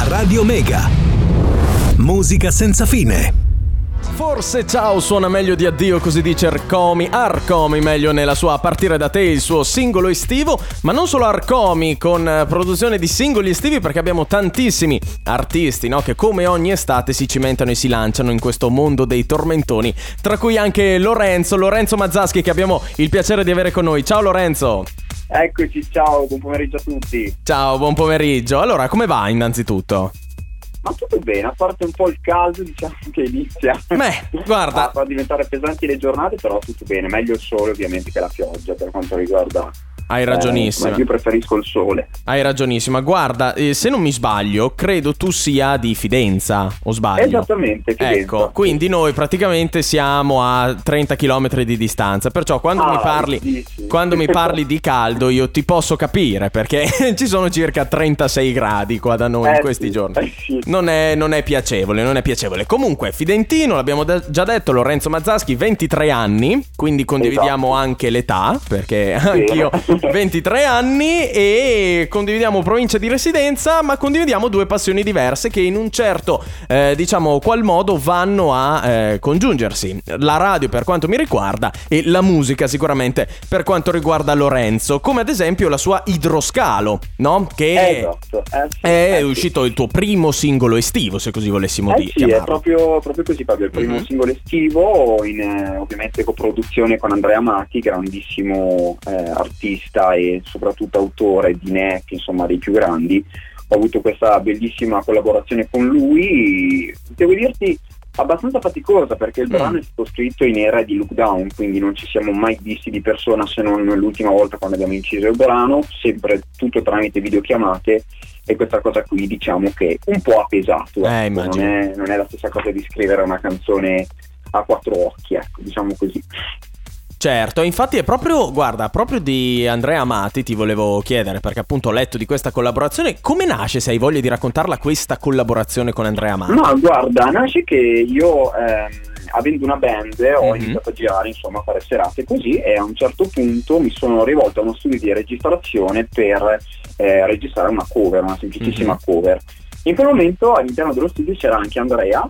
Radio Mega. Musica senza fine. Forse ciao suona meglio di addio, così dice Arcomi meglio nella sua A partire da te, il suo singolo estivo. Ma non solo Arcomi con produzione di singoli estivi, perché abbiamo tantissimi artisti, no, che come ogni estate si cimentano e si lanciano in questo mondo dei tormentoni, tra cui anche Lorenzo Mazzaschi, che abbiamo il piacere di avere con noi. Ciao Lorenzo. Eccoci, ciao, buon pomeriggio a tutti. Ciao, buon pomeriggio. Allora, come va innanzitutto? Ma tutto bene, a parte un po' il caldo, diciamo che inizia guarda, a far diventare pesanti le giornate, però tutto bene, meglio il sole ovviamente che la pioggia per quanto riguarda. Hai ragionissima. Io preferisco il sole. Hai ragionissima. Guarda, se non mi sbaglio, credo tu sia di Fidenza, o sbaglio? Esattamente, Fidenza. Ecco, quindi noi praticamente siamo a 30 km di distanza, perciò quando mi parli di caldo io ti posso capire, perché ci sono circa 36 gradi qua da noi in questi giorni. Sì. Non è piacevole. Comunque, fidentino, l'abbiamo già detto, Lorenzo Mazzaschi, 23 anni, quindi condividiamo anche l'età, perché anch'io 23 anni, e condividiamo provincia di residenza, ma condividiamo due passioni diverse che in un certo qual modo vanno a congiungersi. La radio per quanto mi riguarda e la musica sicuramente per quanto riguarda Lorenzo, come ad esempio la sua Idroscalo, no? Che è uscito il tuo primo singolo estivo, se così volessimo dire. Sì, è proprio così, Fabio, il primo singolo estivo in ovviamente coproduzione con Andrea Amati, grandissimo artista e soprattutto autore di NEC, insomma dei più grandi. Ho avuto questa bellissima collaborazione con lui, devo dirti abbastanza faticosa, perché il brano è stato scritto in era di lockdown, quindi non ci siamo mai visti di persona, se non l'ultima volta quando abbiamo inciso il brano, sempre tutto tramite videochiamate, e questa cosa qui diciamo che un po' ha pesato. Non è la stessa cosa di scrivere una canzone a quattro occhi, ecco, diciamo così. Certo, infatti è proprio di Andrea Amati ti volevo chiedere, perché appunto ho letto di questa collaborazione. Come nasce, se hai voglia di raccontarla, questa collaborazione con Andrea Amati? No, guarda, nasce che io avendo una band ho iniziato a girare, insomma, a fare serate così, e a un certo punto mi sono rivolto a uno studio di registrazione per registrare una cover, una semplicissima cover. In quel momento all'interno dello studio c'era anche Andrea,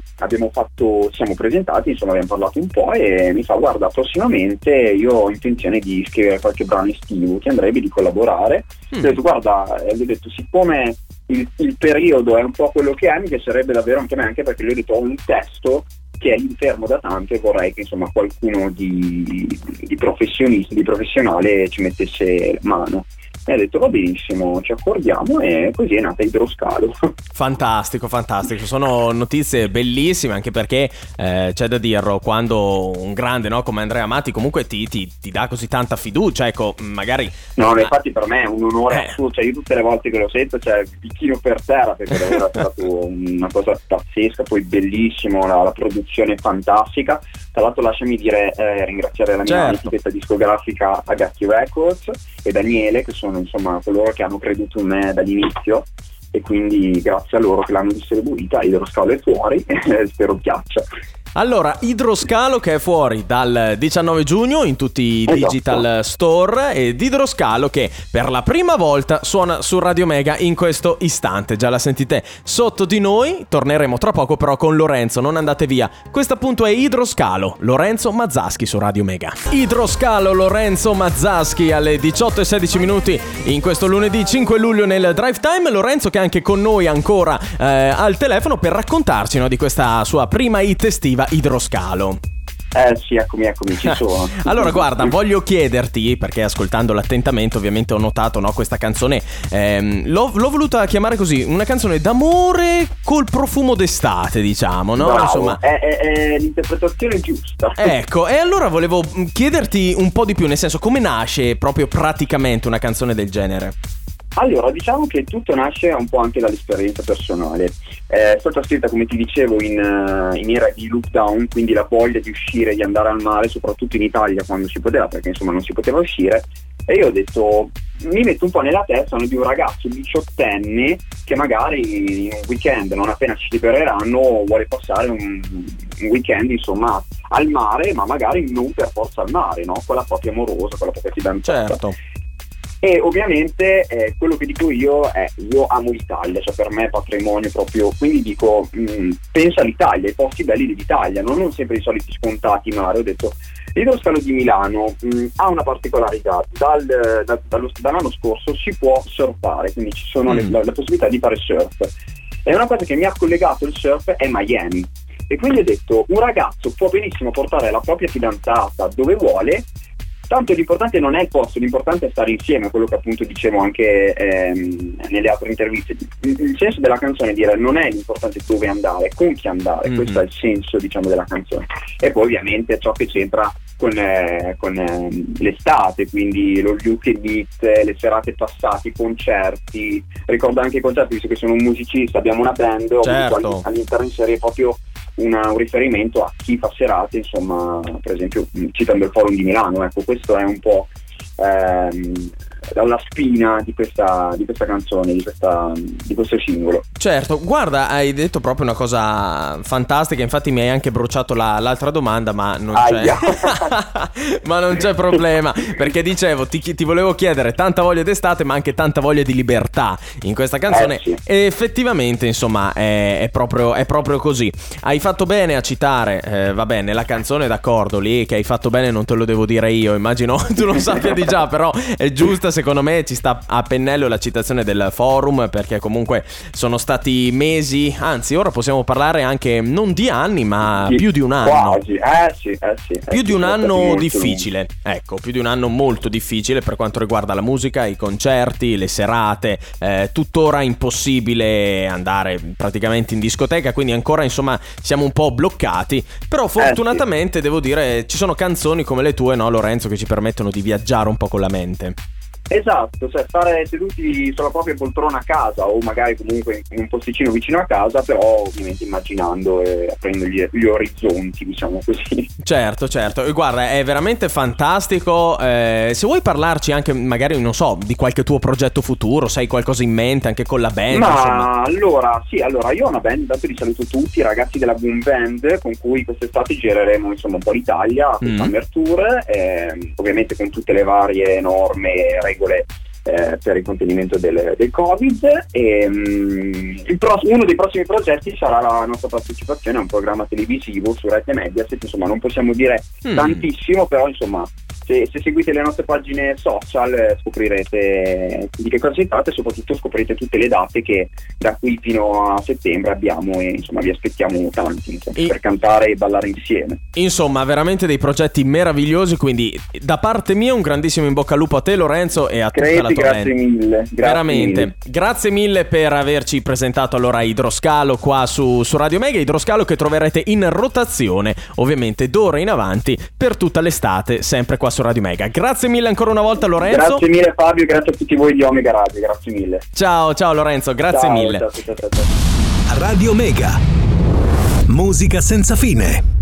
siamo presentati, insomma abbiamo parlato un po', e mi fa: guarda, prossimamente io ho intenzione di scrivere qualche brano estivo, ti andrebbe di collaborare? Ho detto: guarda, gli ho detto, siccome il periodo è un po' quello che è, mi piacerebbe davvero anche a me, anche perché gli ho detto ho un testo che è lì fermo da tanto e vorrei che insomma qualcuno di professionista, di professionale ci mettesse mano. E ha detto: va benissimo, ci accordiamo, e così è nata Idroscalo. Fantastico, sono notizie bellissime, anche perché c'è da dirlo, quando un grande, no, come Andrea Amati comunque ti dà così tanta fiducia, ecco, magari. No, infatti per me è un onore assoluto, cioè io tutte le volte che lo sento, cioè bicchino per terra, perché davvero è stato una cosa pazzesca, poi bellissimo, la produzione fantastica. Tra l'altro lasciami dire, ringraziare la mia etichetta discografica Agatti Records e Daniele, che sono insomma coloro che hanno creduto in me dall'inizio, e quindi grazie a loro che l'hanno distribuita. Idroscalo è fuori e spero piaccia. Allora, Idroscalo che è fuori dal 19 giugno in tutti i digital store, ed Idroscalo che per la prima volta suona su Radio Mega in questo istante. Già la sentite sotto di noi, torneremo tra poco però con Lorenzo, non andate via. Questo appunto è Idroscalo, Lorenzo Mazzaschi su Radio Mega. Idroscalo, Lorenzo Mazzaschi alle 18:16 in questo lunedì 5 luglio nel Drive Time. Lorenzo che è anche con noi ancora al telefono per raccontarci, no, di questa sua prima hit estiva, Idroscalo. Sì, eccomi, ci sono. Allora guarda, voglio chiederti, perché ascoltandola attentamente ovviamente ho notato, no, questa canzone l'ho voluta chiamare così, una canzone d'amore col profumo d'estate, diciamo, no? Bravo, insomma è l'interpretazione giusta. Ecco, e allora volevo chiederti un po' di più, nel senso, come nasce proprio praticamente una canzone del genere? Allora, diciamo che tutto nasce un po' anche dall'esperienza personale. È stata scritta, come ti dicevo, in era di lockdown, quindi la voglia di uscire, di andare al mare, soprattutto in Italia quando si poteva, perché insomma non si poteva uscire. E io ho detto, mi metto un po' nella testa di un ragazzo diciottenne che magari in un weekend, non appena ci libereranno, vuole passare un weekend insomma al mare, ma magari non per forza al mare, no? Con la propria amorosa, con la propria fidanzata. Certo. E ovviamente quello che dico io è: io amo l'Italia, cioè per me è patrimonio proprio, quindi dico pensa all'Italia, ai posti belli dell'Italia, non sempre i soliti scontati mare. Ho detto l'Idroscalo di Milano ha una particolarità: dall'anno scorso si può surfare, quindi ci sono la possibilità di fare surf, e una cosa che mi ha collegato il surf è Miami, e quindi ho detto un ragazzo può benissimo portare la propria fidanzata dove vuole. Tanto l'importante non è il posto, l'importante è stare insieme, quello che appunto dicevo anche nelle altre interviste. Il senso della canzone è dire non è l'importante dove andare, con chi andare, questo è il senso, diciamo, della canzone. E poi ovviamente ciò che c'entra con l'estate, quindi lo You Can Meet, le serate passate, i concerti. Ricordo anche i concerti, visto che sono un musicista, abbiamo una band, certo. All'interno inserire proprio un riferimento a chi fa serate, insomma, per esempio citando il Forum di Milano. Ecco, questo è un po' la spina di questa canzone, di questo singolo. Certo, guarda, hai detto proprio una cosa fantastica, infatti mi hai anche bruciato l'altra domanda, ma non c'è ma non c'è problema, perché dicevo, ti volevo chiedere tanta voglia d'estate ma anche tanta voglia di libertà in questa canzone, sì. E effettivamente insomma è proprio così. Hai fatto bene a citare, vabbè, nella canzone, d'accordo, lì che hai fatto bene non te lo devo dire io, immagino tu lo sappia di già, però è giusta, secondo me ci sta a pennello la citazione del Forum, perché comunque sono stati mesi, anzi ora possiamo parlare anche non di anni ma più di un anno. Quasi, sì. Più di un anno difficile, ecco, più di un anno molto difficile per quanto riguarda la musica, i concerti, le serate, tuttora impossibile andare praticamente in discoteca, quindi ancora insomma siamo un po' bloccati, però fortunatamente devo dire ci sono canzoni come le tue, no Lorenzo, che ci permettono di viaggiare un po' con la mente. Esatto, cioè stare seduti sulla propria poltrona a casa, o magari comunque in un posticino vicino a casa, però ovviamente immaginando e aprendo gli orizzonti, diciamo così. Certo, e guarda, è veramente fantastico. Se vuoi parlarci anche magari, non so, di qualche tuo progetto futuro, se hai qualcosa in mente anche con la band. Ma allora io ho una band, dato di saluto tutti i ragazzi della Boom Band, con cui quest'estate gireremo insomma un po' l'Italia con Summer Tour, ovviamente con tutte le varie norme e regole per il contenimento del Covid, e uno dei prossimi progetti sarà la nostra partecipazione a un programma televisivo su Rete Mediaset. Insomma, non possiamo dire tantissimo, però insomma se seguite le nostre pagine social scoprirete di che cosa si tratta, e soprattutto scoprirete tutte le date che da qui fino a settembre abbiamo, e insomma vi aspettiamo tanti, insomma, per cantare e ballare insieme. Insomma, veramente dei progetti meravigliosi, quindi da parte mia un grandissimo in bocca al lupo a te Lorenzo e a tutta la tua grazie band. Mille, veramente mille. Grazie mille per averci presentato allora Idroscalo qua su Radio Mega, Idroscalo che troverete in rotazione ovviamente d'ora in avanti per tutta l'estate, sempre qua su Radio Mega. Grazie mille ancora una volta Lorenzo. Grazie mille Fabio, grazie a tutti voi di Omega Radio, grazie mille. Ciao Lorenzo, grazie mille. Ciao. Radio Mega, musica senza fine.